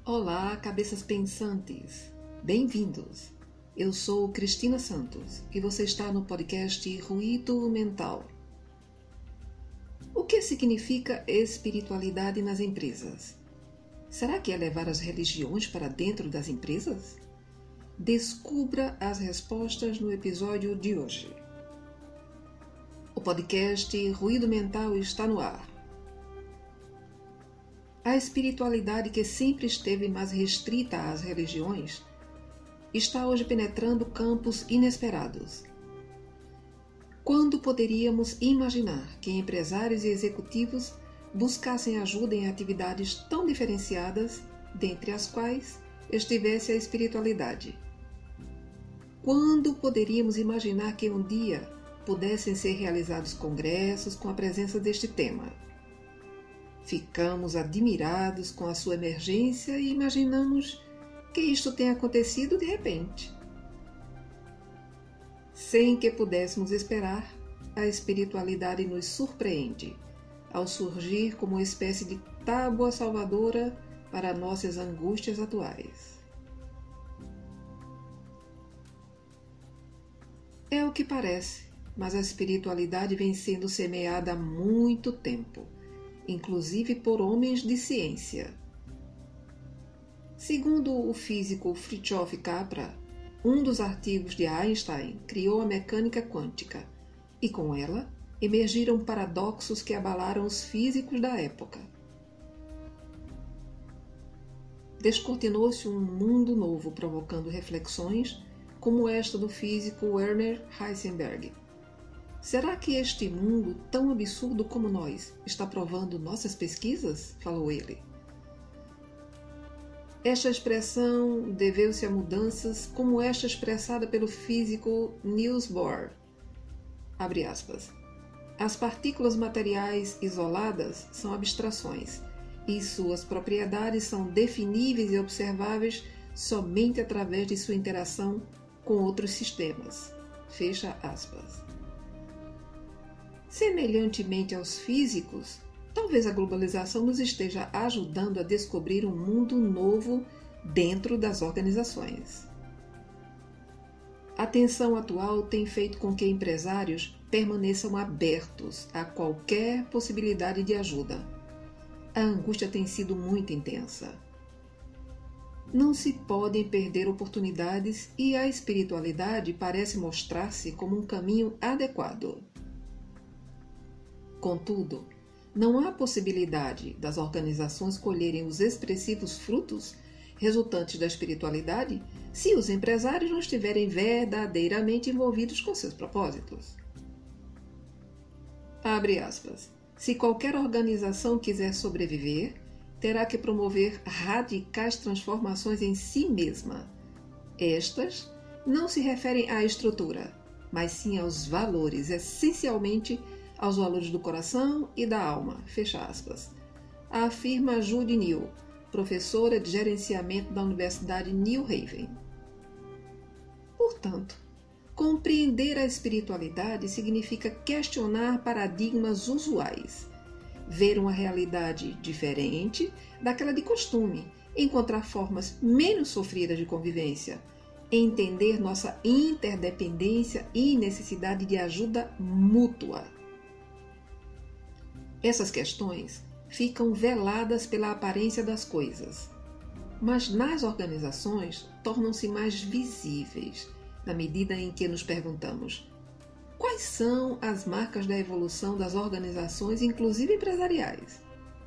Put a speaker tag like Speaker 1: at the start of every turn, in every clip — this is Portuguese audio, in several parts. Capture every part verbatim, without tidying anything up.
Speaker 1: Olá, cabeças pensantes! Bem-vindos! Eu sou Cristina Santos e você está no podcast Ruído Mental. O que significa espiritualidade nas empresas? Será que é levar as religiões para dentro das empresas? Descubra as respostas no episódio de hoje. O podcast Ruído Mental está no ar. A espiritualidade, que sempre esteve mais restrita às religiões, está hoje penetrando campos inesperados. Quando poderíamos imaginar que empresários e executivos buscassem ajuda em atividades tão diferenciadas, dentre as quais estivesse a espiritualidade? Quando poderíamos imaginar que um dia pudessem ser realizados congressos com a presença deste tema? Ficamos admirados com a sua emergência e imaginamos que isto tenha acontecido de repente. Sem que pudéssemos esperar, a espiritualidade nos surpreende ao surgir como uma espécie de tábua salvadora para nossas angústias atuais. É o que parece, mas a espiritualidade vem sendo semeada há muito tempo, inclusive por homens de ciência. Segundo o físico Fritjof Capra, um dos artigos de Einstein criou a mecânica quântica, e com ela emergiram paradoxos que abalaram os físicos da época. Descortinou-se um mundo novo, provocando reflexões como esta do físico Werner Heisenberg. Será que este mundo, tão absurdo como nós, está provando nossas pesquisas? Falou ele. Esta expressão deveu-se a mudanças como esta expressada pelo físico Niels Bohr. Abre aspas. As partículas materiais isoladas são abstrações, e suas propriedades são definíveis e observáveis somente através de sua interação com outros sistemas. Fecha aspas. Semelhantemente aos físicos, talvez a globalização nos esteja ajudando a descobrir um mundo novo dentro das organizações. A tensão atual tem feito com que empresários permaneçam abertos a qualquer possibilidade de ajuda. A angústia tem sido muito intensa. Não se podem perder oportunidades e a espiritualidade parece mostrar-se como um caminho adequado. Contudo, não há possibilidade das organizações colherem os expressivos frutos resultantes da espiritualidade se os empresários não estiverem verdadeiramente envolvidos com seus propósitos. Abre aspas. Se qualquer organização quiser sobreviver, terá que promover radicais transformações em si mesma. Estas não se referem à estrutura, mas sim aos valores, essencialmente aos valores do coração e da alma, fecha aspas, afirma Judy New, professora de gerenciamento da Universidade New Haven. Portanto, compreender a espiritualidade significa questionar paradigmas usuais, ver uma realidade diferente daquela de costume, encontrar formas menos sofridas de convivência, entender nossa interdependência e necessidade de ajuda mútua. Essas questões ficam veladas pela aparência das coisas, mas nas organizações tornam-se mais visíveis na medida em que nos perguntamos: quais são as marcas da evolução das organizações, inclusive empresariais?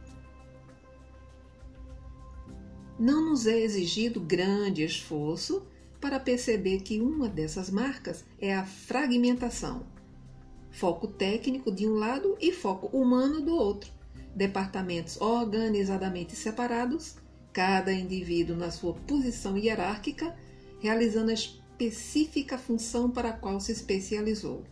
Speaker 1: Não nos é exigido grande esforço para perceber que uma dessas marcas é a fragmentação. Foco técnico de um lado e foco humano do outro. Departamentos organizadamente separados, cada indivíduo na sua posição hierárquica, realizando a específica função para a qual se especializou.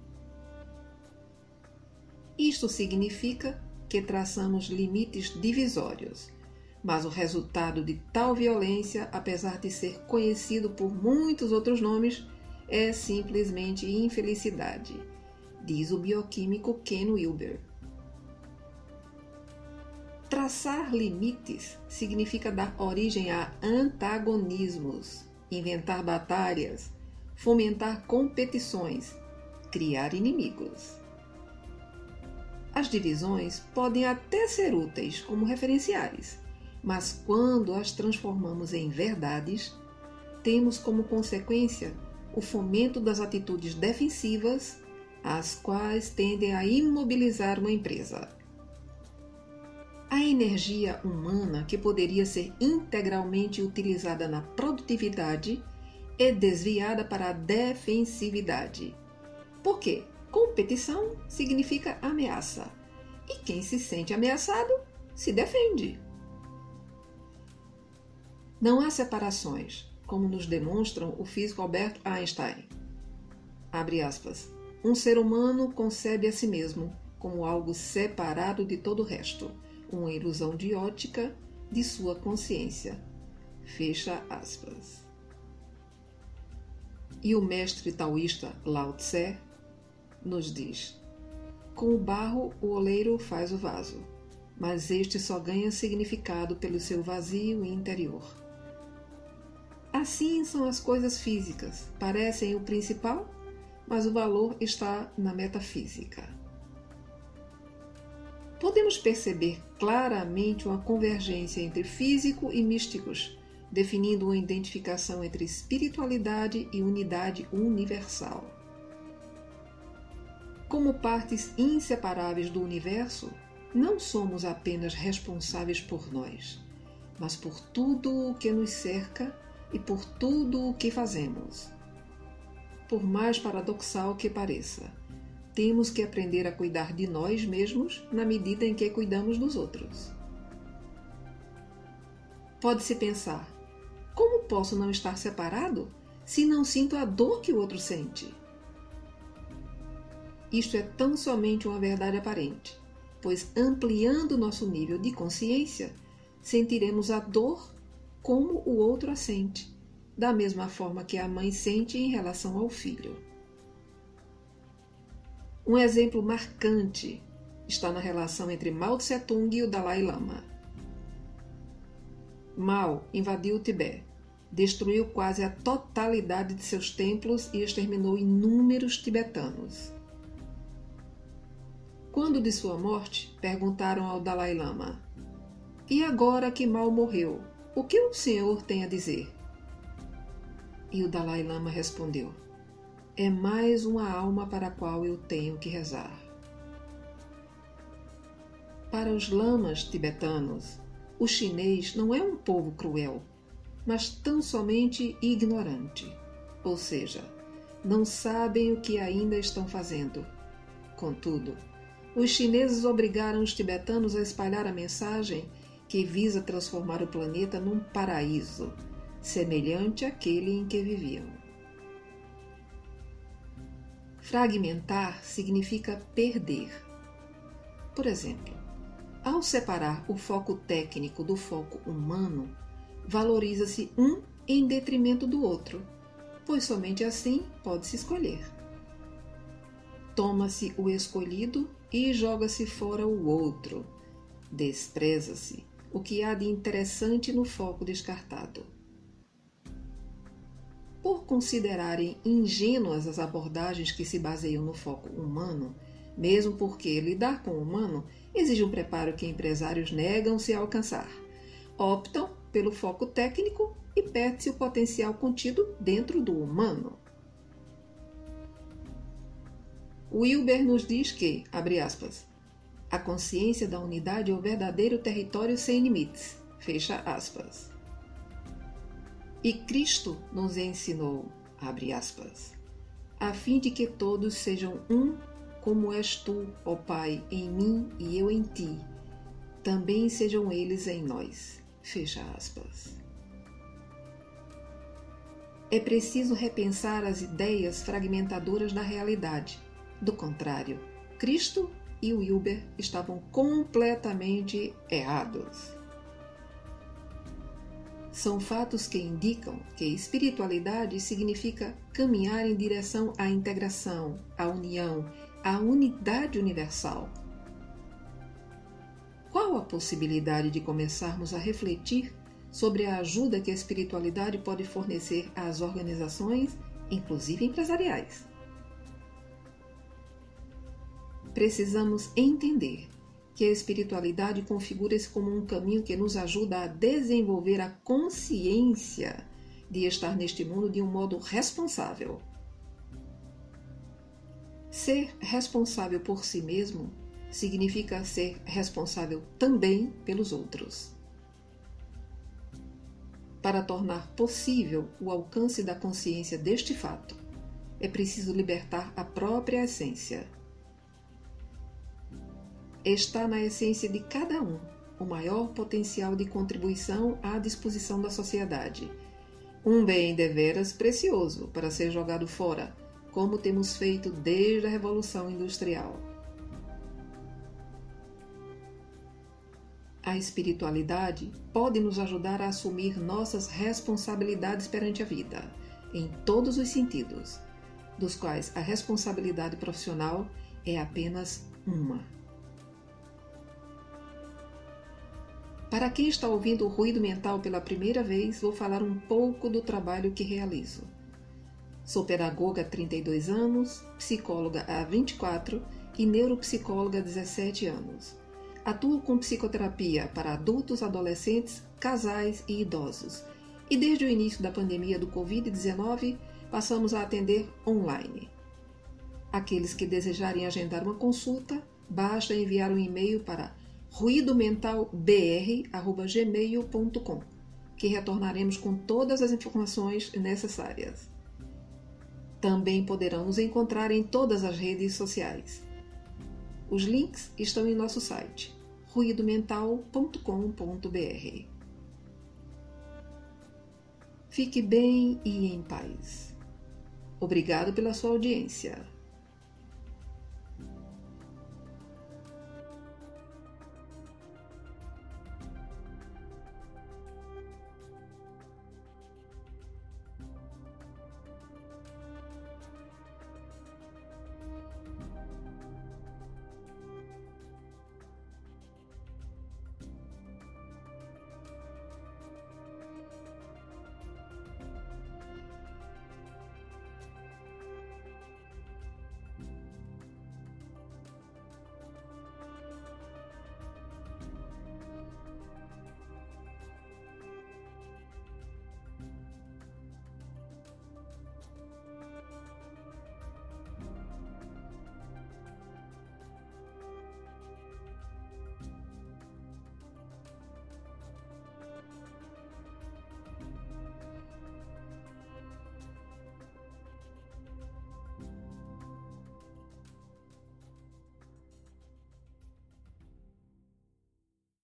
Speaker 1: Isto significa que traçamos limites divisórios, mas o resultado de tal violência, apesar de ser conhecido por muitos outros nomes, é simplesmente infelicidade, diz o bioquímico Ken Wilber. Traçar limites significa dar origem a antagonismos, inventar batalhas, fomentar competições, criar inimigos. As divisões podem até ser úteis como referenciais, mas quando as transformamos em verdades, temos como consequência o fomento das atitudes defensivas, as quais tendem a imobilizar uma empresa. A energia humana que poderia ser integralmente utilizada na produtividade é desviada para a defensividade. Por quê? Competição significa ameaça, e quem se sente ameaçado se defende. Não há separações, como nos demonstram o físico Albert Einstein. Abre aspas. Um ser humano concebe a si mesmo como algo separado de todo o resto, uma ilusão de ótica de sua consciência. Fecha aspas. E o mestre taoísta Lao Tse nos diz: com o barro o oleiro faz o vaso, mas este só ganha significado pelo seu vazio interior. Assim são as coisas físicas, parecem o principal, mas o valor está na metafísica. Podemos perceber claramente uma convergência entre físico e místicos, definindo uma identificação entre espiritualidade e unidade universal. Como partes inseparáveis do universo, não somos apenas responsáveis por nós, mas por tudo o que nos cerca e por tudo o que fazemos. Por mais paradoxal que pareça, temos que aprender a cuidar de nós mesmos na medida em que cuidamos dos outros. Pode-se pensar: como posso não estar separado se não sinto a dor que o outro sente? Isto é tão somente uma verdade aparente, pois ampliando nosso nível de consciência, sentiremos a dor como o outro a sente, da mesma forma que a mãe sente em relação ao filho. Um exemplo marcante está na relação entre Mao Tse-tung e o Dalai Lama. Mao invadiu o Tibete, destruiu quase a totalidade de seus templos e exterminou inúmeros tibetanos. Quando de sua morte, perguntaram ao Dalai Lama: e agora que Mao morreu, o que o senhor tem a dizer? E o Dalai Lama respondeu: é mais uma alma para a qual eu tenho que rezar. Para os lamas tibetanos, o chinês não é um povo cruel, mas tão somente ignorante, ou seja, não sabem o que ainda estão fazendo. Contudo, os chineses obrigaram os tibetanos a espalhar a mensagem que visa transformar o planeta num paraíso, semelhante àquele em que viviam. Fragmentar significa perder. Por exemplo, ao separar o foco técnico do foco humano, valoriza-se um em detrimento do outro, pois somente assim pode-se escolher. Toma-se o escolhido e joga-se fora o outro. Despreza-se o que há de interessante no foco descartado. Por considerarem ingênuas as abordagens que se baseiam no foco humano, mesmo porque lidar com o humano exige um preparo que empresários negam-se a alcançar, optam pelo foco técnico e perde-se o potencial contido dentro do humano. Wilber nos diz que, abre aspas, a consciência da unidade é o verdadeiro território sem limites, fecha aspas. E Cristo nos ensinou, abre aspas, a fim de que todos sejam um, como és tu, ó Pai, em mim e eu em ti, também sejam eles em nós, fecha aspas. É preciso repensar as ideias fragmentadoras da realidade. Do contrário, Cristo e Wilber estavam completamente errados. São fatos que indicam que espiritualidade significa caminhar em direção à integração, à união, à unidade universal. Qual qual a possibilidade de começarmos a refletir sobre a ajuda que a espiritualidade pode fornecer às organizações, inclusive empresariais? Precisamos entender que a espiritualidade configura-se como um caminho que nos ajuda a desenvolver a consciência de estar neste mundo de um modo responsável. Ser responsável por si mesmo significa ser responsável também pelos outros. Para tornar possível o alcance da consciência deste fato, é preciso libertar a própria essência. Está na essência de cada um o maior potencial de contribuição à disposição da sociedade, um bem deveras precioso para ser jogado fora, como temos feito desde a Revolução Industrial. A espiritualidade pode nos ajudar a assumir nossas responsabilidades perante a vida, em todos os sentidos, dos quais a responsabilidade profissional é apenas uma. Para quem está ouvindo o ruído mental pela primeira vez, vou falar um pouco do trabalho que realizo. Sou pedagoga há trinta e dois anos, psicóloga há vinte e quatro e neuropsicóloga há dezessete anos. Atuo com psicoterapia para adultos, adolescentes, casais e idosos. E desde o início da pandemia do covid dezenove, passamos a atender online. Aqueles que desejarem agendar uma consulta, basta enviar um e-mail para ruído mental b r arroba gmail ponto com, que retornaremos com todas as informações necessárias. Também poderão nos encontrar em todas as redes sociais. Os links estão em nosso site, ruído mental ponto com ponto b r. Fique bem e em paz. Obrigado pela sua audiência.